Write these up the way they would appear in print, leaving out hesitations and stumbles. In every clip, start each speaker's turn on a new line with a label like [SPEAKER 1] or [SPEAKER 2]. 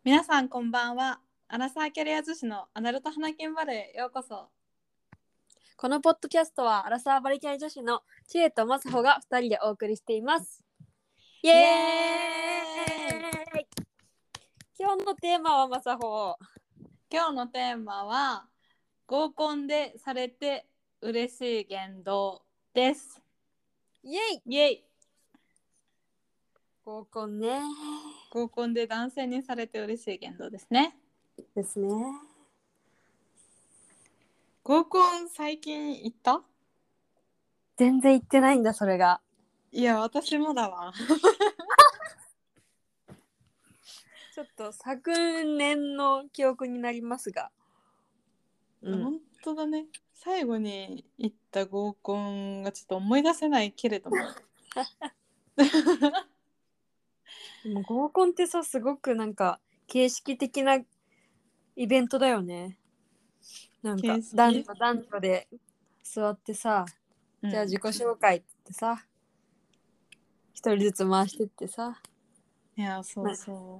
[SPEAKER 1] 皆さんこんばんは。アラサーキャリア女子のアダルト花金バレーへようこそ。
[SPEAKER 2] このポッドキャストはアラサーバリキャリ女子の知恵とマサホが2人でお送りしています。イエーイ。
[SPEAKER 1] イエーイ。
[SPEAKER 2] 今日のテーマはマサホ。
[SPEAKER 1] 今日のテーマは合コンでされて嬉しい言動です。
[SPEAKER 2] イエイ。
[SPEAKER 1] イエイ。
[SPEAKER 2] 合コンね。
[SPEAKER 1] 合コンで男性にされて嬉しい言動ですね。
[SPEAKER 2] ですね。
[SPEAKER 1] 合コン最近行った？
[SPEAKER 2] 全然言ってないんだそれが。
[SPEAKER 1] いや私もだわ。
[SPEAKER 2] ちょっと昨年の記憶になりますが、
[SPEAKER 1] 本当だね。最後に行った合コンがちょっと思い出せないけれども。
[SPEAKER 2] でも合コンってさ、すごくなんか形式的なイベントだよね。なんか男女で座ってさ、じゃあ自己紹介ってさ、一人ずつ回してってさ、
[SPEAKER 1] いやそうそう、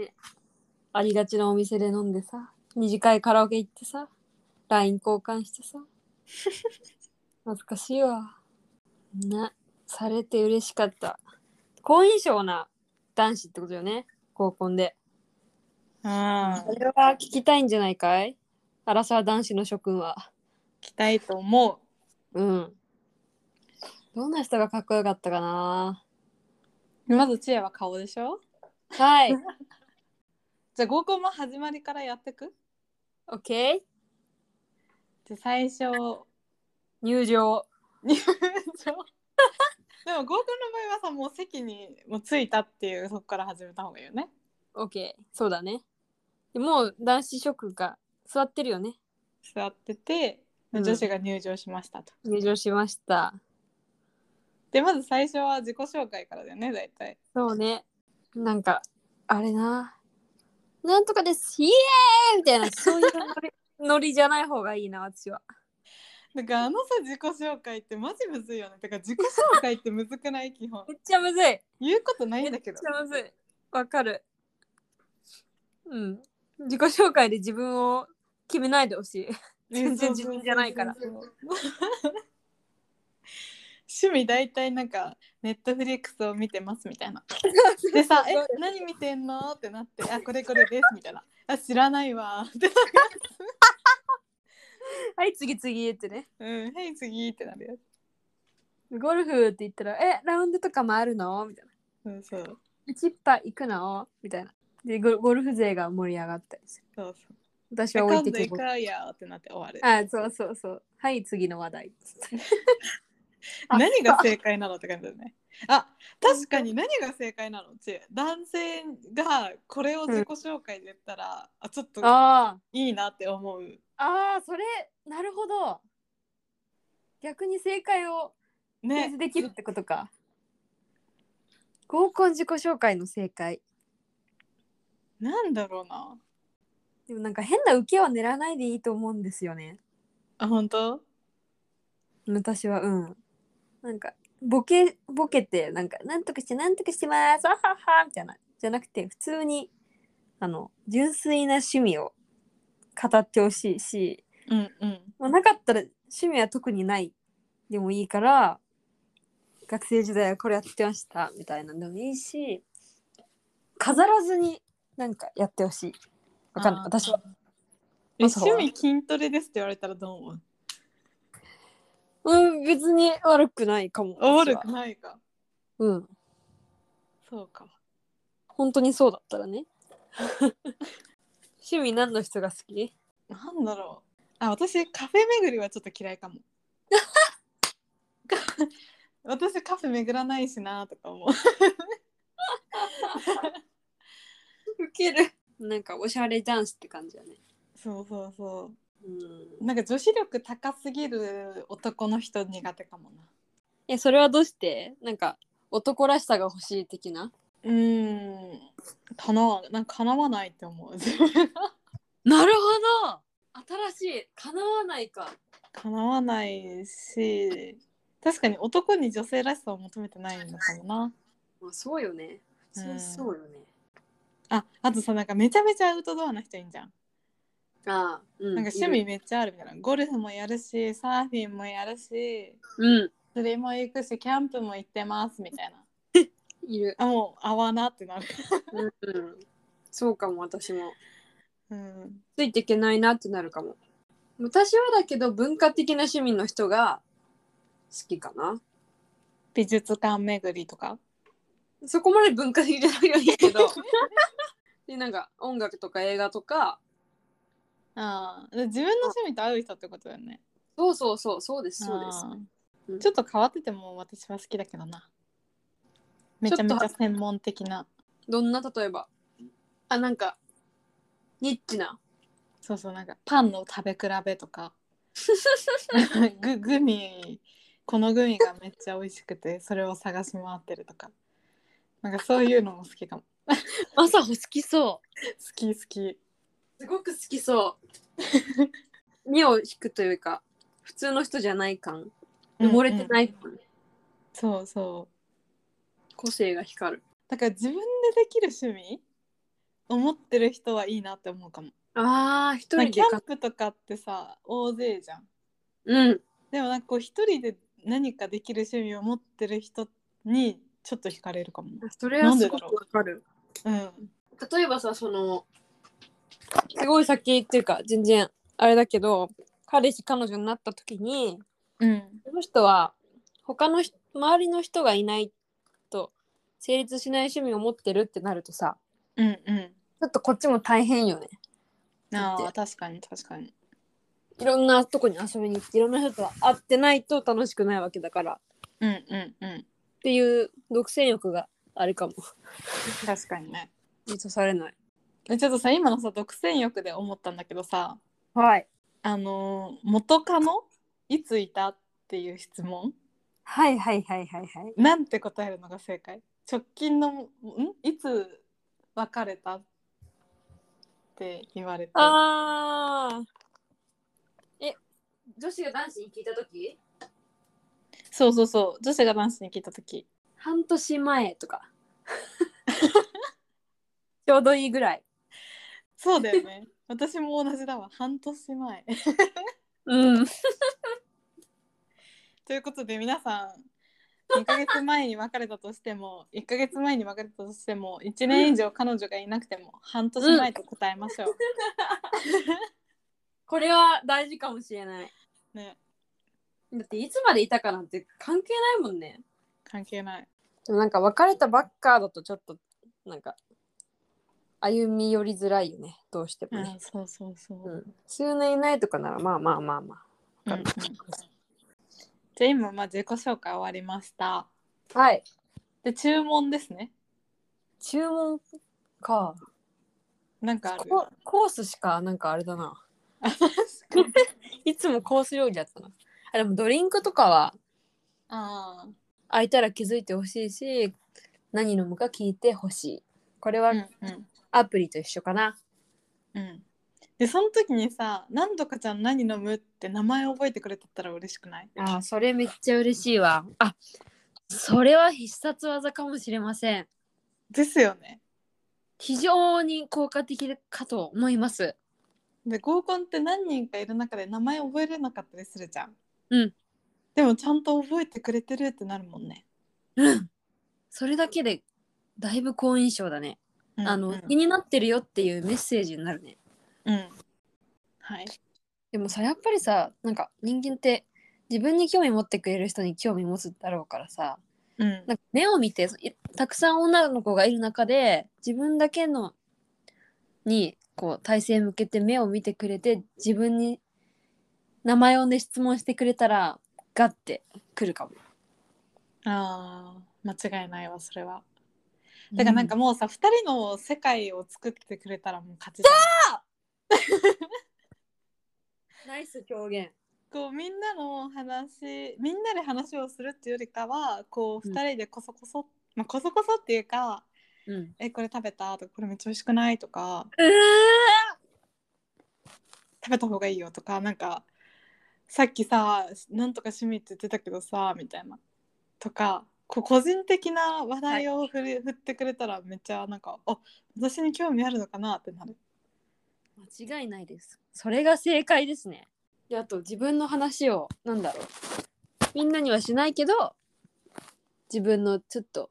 [SPEAKER 2] ね、ありがちなお店で飲んでさ、二次会カラオケ行ってさ、LINE 交換してさ、懐かしいわ。ね、されて嬉しかった。好印象な男子ってことよね、合コンで。それは聞きたいんじゃないかい、アラサー男子の諸君は。
[SPEAKER 1] 聞きたいと思
[SPEAKER 2] う。どんな人がかっこよかったかな。
[SPEAKER 1] まず知恵は顔でしょ。
[SPEAKER 2] はい。
[SPEAKER 1] じゃあ合コンも始まりからやってく？
[SPEAKER 2] OK。
[SPEAKER 1] じゃあ最初
[SPEAKER 2] 入場。
[SPEAKER 1] 入場でも合コンの場合はさ、もう席にもう着いたっていう、そこから始めた方がいいよね。
[SPEAKER 2] OK。そうだね。でもう男子諸君が座ってるよね。
[SPEAKER 1] 座ってて女子が入場しましたと、
[SPEAKER 2] 入場しました。
[SPEAKER 1] でまず最初は自己紹介からだよね、大体。
[SPEAKER 2] そうね。なんかあれな、なんとかですイエーイみたいな、そういうノリじゃない方がいいな、私は。
[SPEAKER 1] だからさ、自己紹介ってマジむずいよね。だから自己紹介ってむずくない？基本
[SPEAKER 2] めっちゃむずい。
[SPEAKER 1] 言うことないんだけど。
[SPEAKER 2] めっちゃむずい。わかる。自己紹介で自分を決めないでほしい。全然自分じゃないから。
[SPEAKER 1] 趣味大体なんかネットフリックスを見てますみたいな。でさ、何見てんのってなって、これこれですみたいな。知らないわってなるや
[SPEAKER 2] はい、次ってね。
[SPEAKER 1] はい次ってなるやつ。
[SPEAKER 2] ゴルフって言ったら、ラウンドとかもあるのみたいな。
[SPEAKER 1] そう。
[SPEAKER 2] チッパ行くのみたいな。でゴルフ勢が盛り上がったりする。
[SPEAKER 1] そう。
[SPEAKER 2] 私は置いてけぼ
[SPEAKER 1] 今度行くよってなって終わる。
[SPEAKER 2] そう。はい、次の話題。
[SPEAKER 1] 何が正解なのって感じだよね。確かに何が正解なの？男性がこれを自己紹介で言ったら、ちょっといいなって思う。
[SPEAKER 2] それなるほど。逆に正解を提示できるってことか。合コン自己紹介の正解
[SPEAKER 1] なんだろうな。
[SPEAKER 2] でもなんか変な受けは狙わないでいいと思うんですよね。
[SPEAKER 1] 本当？
[SPEAKER 2] 私はなんかボケてなんとかしてますあははみたいなじゃなくて、普通に純粋な趣味を語ってほしいし、なかったら趣味は特にないでもいいから、学生時代はこれやってましたみたいなのでもいいし、飾らずになんかやってほしい。わかんない、私は。
[SPEAKER 1] 趣味筋トレですって言われたらどう思う？
[SPEAKER 2] 別に悪くないかも。
[SPEAKER 1] 悪くないか。そうか。
[SPEAKER 2] 本当にそうだったらね。趣味何の人が好き？
[SPEAKER 1] なんだろう。私カフェ巡りはちょっと嫌いかも。私カフェ巡らないしなとか思う。
[SPEAKER 2] ウケる。なんかおしゃれダンスって感じだね。
[SPEAKER 1] そう。なんか女子力高すぎる男の人苦手かもな。
[SPEAKER 2] それはどうして？なんか男らしさが欲しい的な？
[SPEAKER 1] なんか叶わないって思う。
[SPEAKER 2] なるほど。新しい。叶わないか。
[SPEAKER 1] 叶わないし、確かに男に女性らしさを求めてないんだかもな。
[SPEAKER 2] そうよね。普通そうよね。
[SPEAKER 1] あとさ、なんかめちゃめちゃアウトドアな人いんじゃん。
[SPEAKER 2] ああ、うん、
[SPEAKER 1] なんか趣味めっちゃあるみたいな。ゴルフもやるし、サーフィンもやるし、
[SPEAKER 2] うん、
[SPEAKER 1] 釣りも行くし、キャンプも行ってますみたいな。
[SPEAKER 2] いる。
[SPEAKER 1] もう合わなってなる。
[SPEAKER 2] うん、そうかも、私も。
[SPEAKER 1] うん。
[SPEAKER 2] ついていけないなってなるかも。私はだけど文化的な趣味の人が好きかな。
[SPEAKER 1] 美術館巡りとか。
[SPEAKER 2] そこまで文化的じゃないのいいけどでなんか音楽とか映画とか。
[SPEAKER 1] 自分の趣味と合う人ってことだよね。
[SPEAKER 2] そうそうそう、そうですそうです、うん、
[SPEAKER 1] ちょっと変わってても私は好きだけどな。めちゃめちゃ専門的な。
[SPEAKER 2] どんな、例えばなんかニッチな。
[SPEAKER 1] そうそう、なんかパンの食べ比べとかグミ、このグミがめっちゃ美味しくてそれを探し回ってるとか、なんかそういうのも好きかも。
[SPEAKER 2] マサホ好きそ
[SPEAKER 1] 好き好き。
[SPEAKER 2] う。すごく好きそう目を引くというか、普通の人じゃない感、埋もれてない感、
[SPEAKER 1] そうそう。
[SPEAKER 2] 個性が光る。
[SPEAKER 1] だから自分でできる趣味を持ってる人はいいなって思うかも。
[SPEAKER 2] 一人で
[SPEAKER 1] キャンプとかってさ大勢じゃん。
[SPEAKER 2] うん。
[SPEAKER 1] でもなんかこう一人で何かできる趣味を持ってる人にちょっと惹かれるかも。
[SPEAKER 2] それはすごくわかる。
[SPEAKER 1] 例
[SPEAKER 2] えばさ、そのすごい先っていうか全然あれだけど、彼氏彼女になった時に、その人は他の周りの人がいないと成立しない趣味を持ってるってなるとさ、ちょっとこっちも大変よね。
[SPEAKER 1] 確かに確かに。
[SPEAKER 2] いろんなとこに遊びに行っていろんな人と会ってないと楽しくないわけだから、っていう独占欲があるかも。
[SPEAKER 1] 確かにね。
[SPEAKER 2] 満たされない。
[SPEAKER 1] ちょっとさ今のさ独占欲で思ったんだけどさ、
[SPEAKER 2] はい。
[SPEAKER 1] 元カノいついたっていう質問、
[SPEAKER 2] はい。
[SPEAKER 1] なんて答えるのが正解？直近のいつ別れたって言われて。
[SPEAKER 2] 女子が男子に聞いたとき？
[SPEAKER 1] そうそうそう、女子が男子に聞いたとき。
[SPEAKER 2] 半年前とかちょうどいいぐらい。
[SPEAKER 1] そうだよね。私も同じだわ、半年前。
[SPEAKER 2] うん。
[SPEAKER 1] ということで皆さん2ヶ月前に別れたとしても1ヶ月前に別れたとしても1年以上彼女がいなくても半年前と答えましょう、
[SPEAKER 2] これは大事かもしれない
[SPEAKER 1] ね。
[SPEAKER 2] だっていつまでいたかなんて関係ないもんね。
[SPEAKER 1] 関係ない。
[SPEAKER 2] でもなんか別れたばっかだとちょっとなんか歩み寄りづらいよね、どうしてもね。
[SPEAKER 1] そうそうそう、
[SPEAKER 2] 数年いないとかならまあ、
[SPEAKER 1] じゃあ今自己紹介終わりました。
[SPEAKER 2] はい。
[SPEAKER 1] で注文ですね。
[SPEAKER 2] 注文か。
[SPEAKER 1] なんかある？
[SPEAKER 2] コースしかなんかあれだな。いつもコース料理だったな。でもドリンクとかは空いたら気づいてほしいし、何飲むか聞いてほしい。これはアプリと一緒かな。
[SPEAKER 1] でその時にさ、なんとかちゃん何飲むって名前覚えてくれてたら嬉しくない？
[SPEAKER 2] それめっちゃ嬉しいわ。それは必殺技かもしれません。
[SPEAKER 1] ですよね。
[SPEAKER 2] 非常に効果的かと思います。
[SPEAKER 1] で合コンって何人かいる中で名前覚えれなかったりするじゃん。でもちゃんと覚えてくれてるってなるもんね。
[SPEAKER 2] それだけでだいぶ好印象だね。気になってるよっていうメッセージになるね。
[SPEAKER 1] はい。
[SPEAKER 2] でもさ、やっぱりさ、なんか人間って自分に興味持ってくれる人に興味持つだろうからさ、なんか目を見てたくさん女の子がいる中で自分だけのにこう体勢向けて目を見てくれて、自分に名前をね質問してくれたらガッてくるかも。
[SPEAKER 1] 間違いないわそれは。だからなんかもうさ、2人の世界を作ってくれたらもう勝ちじゃん。
[SPEAKER 2] ナイス表現。
[SPEAKER 1] こうみんなで話をするっていうよりかはこう2人でこそこそ、こそこそっていうか、これ食べたとかこれめっちゃ美味しくないとか、食べた方がいいよとか、なんかさっきさなんとか趣味って言ってたけどさみたいなとか、 個人的な話題を振ってくれたらめっちゃなんか、あ、私に興味あるのかなってなる。
[SPEAKER 2] 間違いないです。それが正解ですね。で、あと自分の話をみんなにはしないけど、自分のちょっと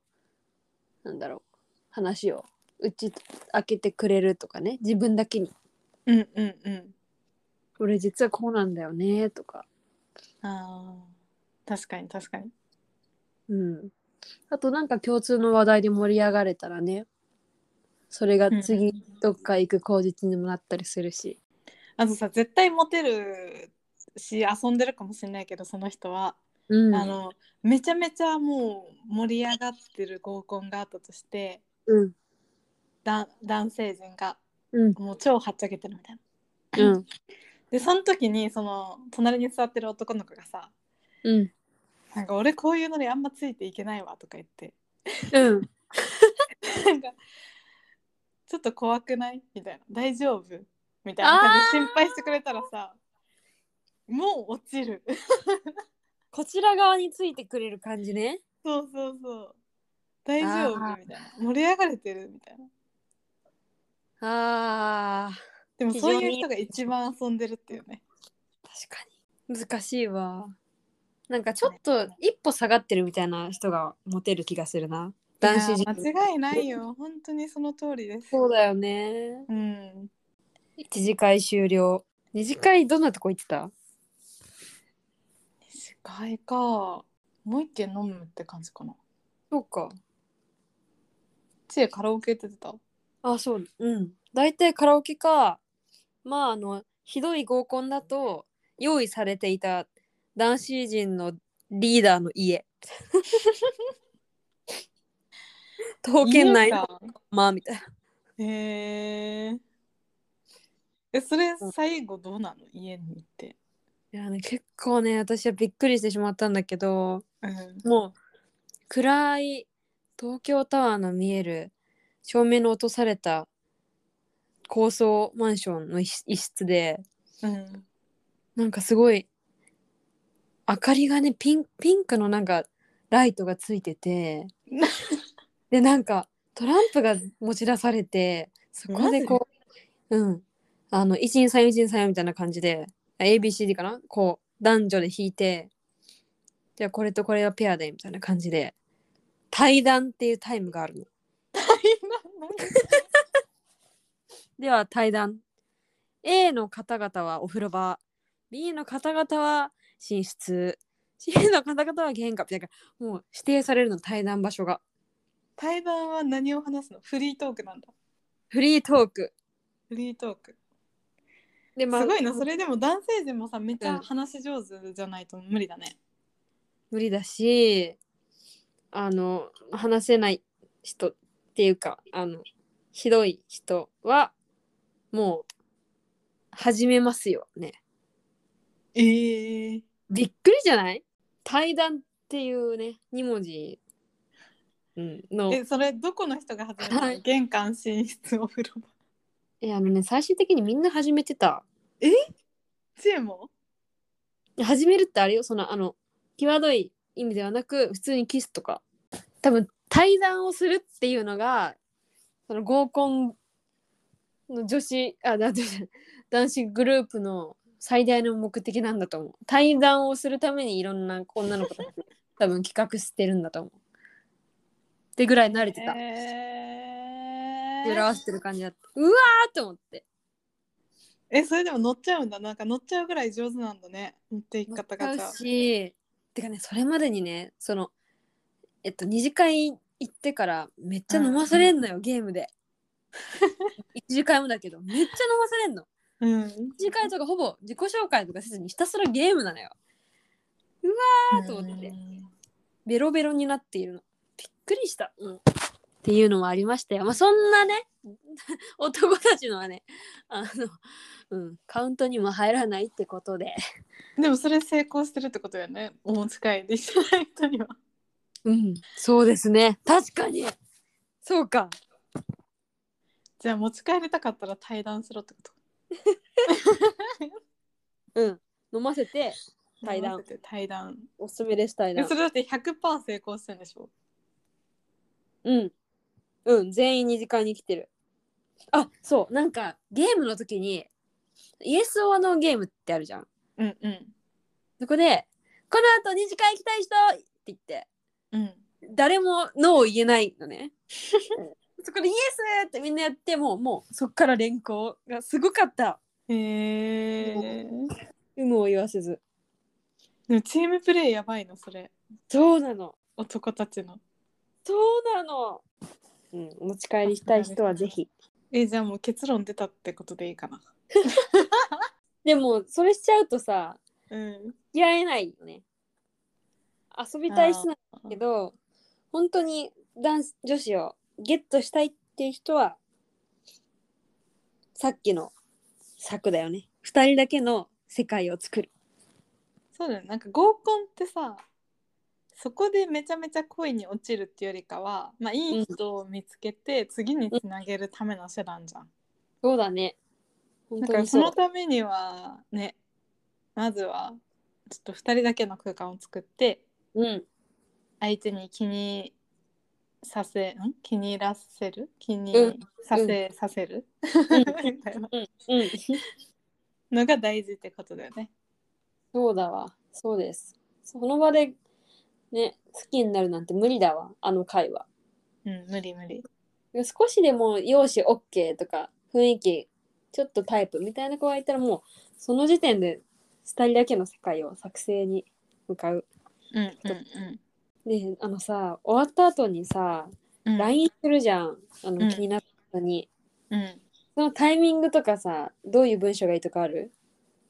[SPEAKER 2] 話を打ち明けてくれるとかね、自分だけに。
[SPEAKER 1] うんうんうん。
[SPEAKER 2] 俺実はこうなんだよねとか。
[SPEAKER 1] ああ、確かに確かに。
[SPEAKER 2] うん。あと共通の話題で盛り上がれたらね、それが次どっか行く口実にもなったりするし。
[SPEAKER 1] あとさ、絶対モテるし遊んでるかもしれないけど、その人は、
[SPEAKER 2] うん、
[SPEAKER 1] めちゃめちゃもう盛り上がってる合コンがあったとして、
[SPEAKER 2] うん、
[SPEAKER 1] 男性陣が
[SPEAKER 2] うん、
[SPEAKER 1] もう超はっちゃけてるみたいな。
[SPEAKER 2] うん、
[SPEAKER 1] でその時にその隣に座ってる男の子がさ、
[SPEAKER 2] うん、
[SPEAKER 1] なんか俺こういうのにあんまついていけないわとか言って、
[SPEAKER 2] うん。
[SPEAKER 1] なんかちょっと怖くないみたいな、大丈夫みたいな感じで
[SPEAKER 2] あ
[SPEAKER 1] 心配してくれたらさ、もう落ちる。
[SPEAKER 2] こちら側についてくれる感じね。
[SPEAKER 1] そうそうそう、大丈夫
[SPEAKER 2] あ
[SPEAKER 1] みたいな、盛り上がれてるみたいな。
[SPEAKER 2] あ、
[SPEAKER 1] でもそういう
[SPEAKER 2] 非常に
[SPEAKER 1] 人が一番遊んでるっていうね。
[SPEAKER 2] 確かに難しいわ。ちょっと一歩下がってるみたいな人がモテる気がするな。
[SPEAKER 1] いや
[SPEAKER 2] 男子陣。
[SPEAKER 1] 間違いないよ、本当にその通りです。
[SPEAKER 2] そうだよね。
[SPEAKER 1] うん。
[SPEAKER 2] 一次会終了。二次会どんなとこ行ってた？
[SPEAKER 1] 二次会か、もう一軒飲むって感じかな。
[SPEAKER 2] そうか。
[SPEAKER 1] ちえカラオケって言ってた？
[SPEAKER 2] あ、そう。うん。大体カラオケか。ひどい合コンだと用意されていた男子陣のリーダーの家。東県内の
[SPEAKER 1] 家か。
[SPEAKER 2] みたいな。
[SPEAKER 1] へえ。それ最後どうなの？家に行って。
[SPEAKER 2] いやね、結構ね、私はびっくりしてしまったんだけど、
[SPEAKER 1] うん。
[SPEAKER 2] もう暗い東京タワーの見える照明の落とされた高層マンションの一室で、
[SPEAKER 1] うん。
[SPEAKER 2] すごい明かりがね、ピンクのライトがついてて、でトランプが持ち出されて、そこでこう、一輪さん一輪さんみたいな感じで ABCD かな、こう男女で弾いて、じゃあこれとこれはペアでみたいな感じで対談っていうタイムがあるの。では対談、 A の方々はお風呂場、 B の方々は寝室、 C の方々は玄関みたいな、もう指定されるの、対談場所が。
[SPEAKER 1] 対談は何を話すの？フリートークなんだ。
[SPEAKER 2] フリートーク
[SPEAKER 1] フリートーク。
[SPEAKER 2] で、
[SPEAKER 1] すごいな。それでも男性陣もさ、めっちゃ
[SPEAKER 2] うん、
[SPEAKER 1] 話上手じゃないと無理だね。
[SPEAKER 2] 無理だし、話せない人っていうか、ひどい人はもう始めますよね。びっくりじゃない？対談っていうね、2文字、の。
[SPEAKER 1] それどこの人が始めたの？
[SPEAKER 2] はい。
[SPEAKER 1] 玄関、寝室、お風呂場。
[SPEAKER 2] 最終的にみんな始めてた。
[SPEAKER 1] ちえも？
[SPEAKER 2] 始めるってあれよ、際どい意味ではなく、普通にキスとか。多分、対談をするっていうのが、その合コンの男子グループの最大の目的なんだと思う。対談をするためにいろんな女の子たち多分企画してるんだと思う。ってぐらい慣れてた。揺らわせてる感じだった。うわーって思って。
[SPEAKER 1] それでも乗っちゃうんだ。乗っちゃうぐらい上手なんだね。乗っていき方が。じゃあ
[SPEAKER 2] てかね、それまでにね、二次会行ってからめっちゃ飲まされんのよ、ゲームで。一次会もだけど、めっちゃ飲まされんの。一次会とかほぼ自己紹介とかせずにひたすらゲームなのよ。うわーと思って。ベロベロになっているの。びっくりした。っていうのもありましたよ。そんなね、男たちのはね、カウントにも入らないってことで。
[SPEAKER 1] でもそれ成功してるってことよね。お持ち帰りしない人には。
[SPEAKER 2] そうですね。確かに。そうか。
[SPEAKER 1] じゃあ持ち帰りたかったら対談しろってこと。
[SPEAKER 2] 飲ませて対談。
[SPEAKER 1] 対談。
[SPEAKER 2] おすすめです、対談。
[SPEAKER 1] それだって 100% 成功してるんでしょ？
[SPEAKER 2] うんうん全員二次会に来てる。あそうなんかゲームの時にイエス・オア・ノーゲームってあるじゃん。
[SPEAKER 1] うんうん
[SPEAKER 2] そこでこの後二次会行きたい人って言って
[SPEAKER 1] うん
[SPEAKER 2] 誰もノーを言えないのね。そこでイエスってみんなやってもうそっから連行がすごかった。
[SPEAKER 1] へえ。
[SPEAKER 2] 有無を言わせず。
[SPEAKER 1] でもチームプレイやばいのそれ。
[SPEAKER 2] そうなの。
[SPEAKER 1] 男たちの。
[SPEAKER 2] そうなの。うん、お持ち帰りしたい人はぜひ。
[SPEAKER 1] じゃあもう結論出たってことでいいかな。
[SPEAKER 2] でもそれしちゃうとさ、
[SPEAKER 1] うん。
[SPEAKER 2] 付き合えないよね。遊びたい人なんだけど、本当に女子をゲットしたいっていう人は、さっきの策だよね。二人だけの世界を作る。
[SPEAKER 1] そうだよね。なんか合コンってさ、そこでめちゃめちゃ恋に落ちるっていうよりかは、まあ、いい人を見つけて次につなげるための手段じゃん。
[SPEAKER 2] そうだね。本
[SPEAKER 1] だからそ
[SPEAKER 2] 当にそう。
[SPEAKER 1] のためにはね、まずはちょっと2人だけの空間を作って、
[SPEAKER 2] うん。
[SPEAKER 1] 相手に気に入らせる気にさせ、させるみたいなのが大事ってことだよね。
[SPEAKER 2] そうだわ。そうです。その場でね、好きになるなんて無理だわ。あの回は。
[SPEAKER 1] うん、無理無理。
[SPEAKER 2] 少しでも容姿 OK とか雰囲気ちょっとタイプみたいな子がいたらもうその時点で2人だけの世界を作成に向かう。
[SPEAKER 1] うんうん
[SPEAKER 2] でさ終わった後にさ、
[SPEAKER 1] うん。
[SPEAKER 2] LINE するじゃん
[SPEAKER 1] うん
[SPEAKER 2] 気になったのに、
[SPEAKER 1] うん。
[SPEAKER 2] そのタイミングとかさどういう文章がいいとかある？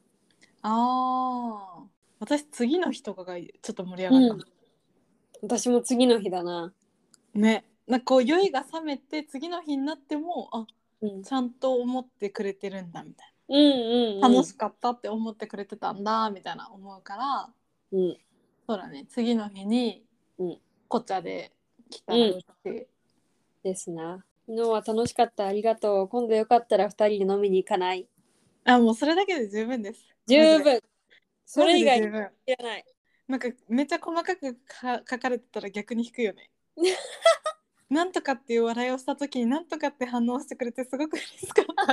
[SPEAKER 1] ああ、私次の日とかがちょっと盛り上がるかも。
[SPEAKER 2] 私も次の日だな。
[SPEAKER 1] ね、なんかこう酔いが冷めて次の日になっても
[SPEAKER 2] うん、
[SPEAKER 1] ちゃんと思ってくれてるんだみたい
[SPEAKER 2] うんうん
[SPEAKER 1] な、
[SPEAKER 2] うん
[SPEAKER 1] 楽しかったって思ってくれてたんだみたいな思うから、
[SPEAKER 2] うん
[SPEAKER 1] そうだね、次の日に
[SPEAKER 2] うん
[SPEAKER 1] 紅茶で来たら
[SPEAKER 2] うん
[SPEAKER 1] 嬉しい。
[SPEAKER 2] ですな。昨日は楽しかった、ありがとう。今度よかったら2人で飲みに行かない？
[SPEAKER 1] あ、もうそれだけで十分です。マジで
[SPEAKER 2] 十分。そ
[SPEAKER 1] マジ
[SPEAKER 2] れ以外い
[SPEAKER 1] で十分。
[SPEAKER 2] らない。
[SPEAKER 1] なんかめっちゃ細かく書かれてたら逆に引くよね。なんとかっていう笑いをした時になんとかって反応してくれてすごく嬉しかった。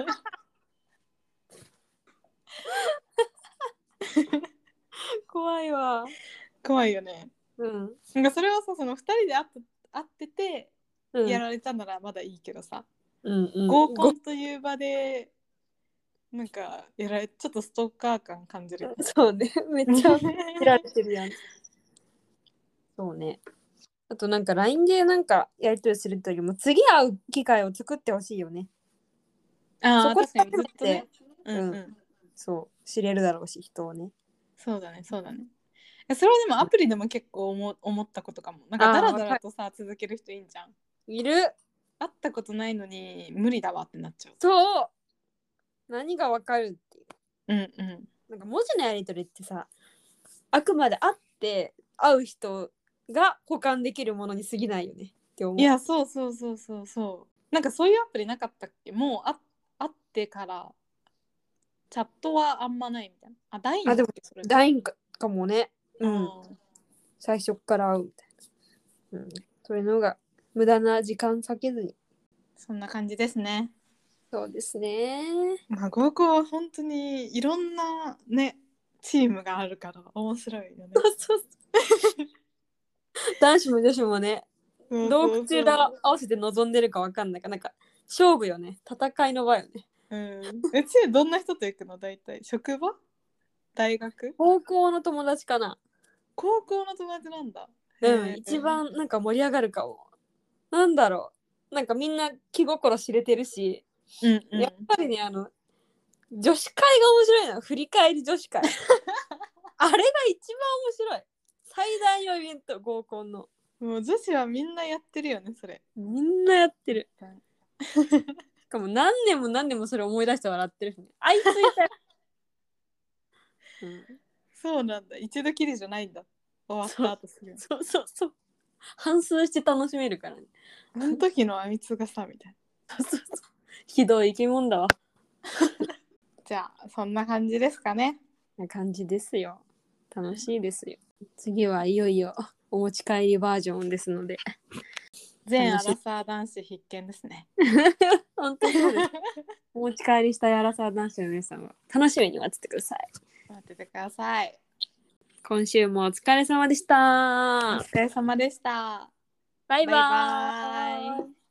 [SPEAKER 2] 怖いわ。
[SPEAKER 1] 怖いよね。
[SPEAKER 2] うん。
[SPEAKER 1] なんかそれはさ、その2人で会ってて
[SPEAKER 2] うん。
[SPEAKER 1] やられたならまだいいけどさ、
[SPEAKER 2] うんうん。
[SPEAKER 1] 合コンという場でなんかちょっとストーカー感感じる。
[SPEAKER 2] そうね。めっちゃ見られてるやん。そうね。あとなんか LINE でなんかやり取りするというよりも次会う機会を作ってほしいよね。そこで
[SPEAKER 1] ああ、確かにず
[SPEAKER 2] 初めて、
[SPEAKER 1] っとね。うんうん。
[SPEAKER 2] そう知れるだろうし人をね。
[SPEAKER 1] そうだね、そうだね。それはでもアプリでも結構思ったことかも。なんかダラダラとさ続ける人いいんじゃん。
[SPEAKER 2] いる。
[SPEAKER 1] 会ったことないのに無理だわってなっちゃう。
[SPEAKER 2] そう。何がわかるっていう。
[SPEAKER 1] うんうん。
[SPEAKER 2] なんか文字のやり取りってさ、あくまで会って会う人が保管できるものに過ぎないよねって思う。
[SPEAKER 1] いや、そうそうそうそうそう。なんかそういうアプリなかったっけ？もう会ってからチャットはあんまないみたいな。あ、ダイン
[SPEAKER 2] あ、でも
[SPEAKER 1] だっけそれ。
[SPEAKER 2] ダインかもね。
[SPEAKER 1] う
[SPEAKER 2] うん。最初から会うみたいな。うん。そういうのが無駄な時間避けずに。
[SPEAKER 1] そんな感じですね。
[SPEAKER 2] そうですね。
[SPEAKER 1] まあ、合コンは本当にいろんなね、チームがあるから面白いよね。
[SPEAKER 2] そうそうそう男子も女子もね、どう口裏合わせて臨んでるかわかんないから、なんか勝負よね。戦いの場よね。
[SPEAKER 1] うん。うちどんな人と行くの？大体職場？大学？
[SPEAKER 2] 高校の友達かな。
[SPEAKER 1] 高校の友達なんだ。
[SPEAKER 2] うん、一番なんか盛り上がるかも。なんだろう。なんかみんな気心知れてるし、
[SPEAKER 1] うんうん、
[SPEAKER 2] やっぱりね、女子会が面白いの。振り返り女子会。あれが一番面白い。最大のイベント、合コンの。
[SPEAKER 1] もう女子はみんなやってるよね、それ。
[SPEAKER 2] みんなやってる。しかも何年も何年もそれ思い出して笑ってるしね。あいついたよ。うん、
[SPEAKER 1] そうなんだ。一度きりじゃないんだ。終わった後すぐ。
[SPEAKER 2] そうそうそう。反芻して楽しめるからね。
[SPEAKER 1] あの時のあいつがさ、みたいな。
[SPEAKER 2] そうそうそう。ひどい生き物だわ。
[SPEAKER 1] じゃあ、そんな感じですかね。
[SPEAKER 2] な感じですよ。楽しいですよ。次はいよいよお持ち帰りバージョンですので。
[SPEAKER 1] 全アラサー男子必見ですね。
[SPEAKER 2] 本当そうです。お持ち帰りしたいアラサー男子の皆さんは楽しみに待っててください。
[SPEAKER 1] 待っててください。
[SPEAKER 2] 今週もお疲れ様でした。
[SPEAKER 1] お疲れ様でした。
[SPEAKER 2] バイバーイ。
[SPEAKER 1] バイバーイ。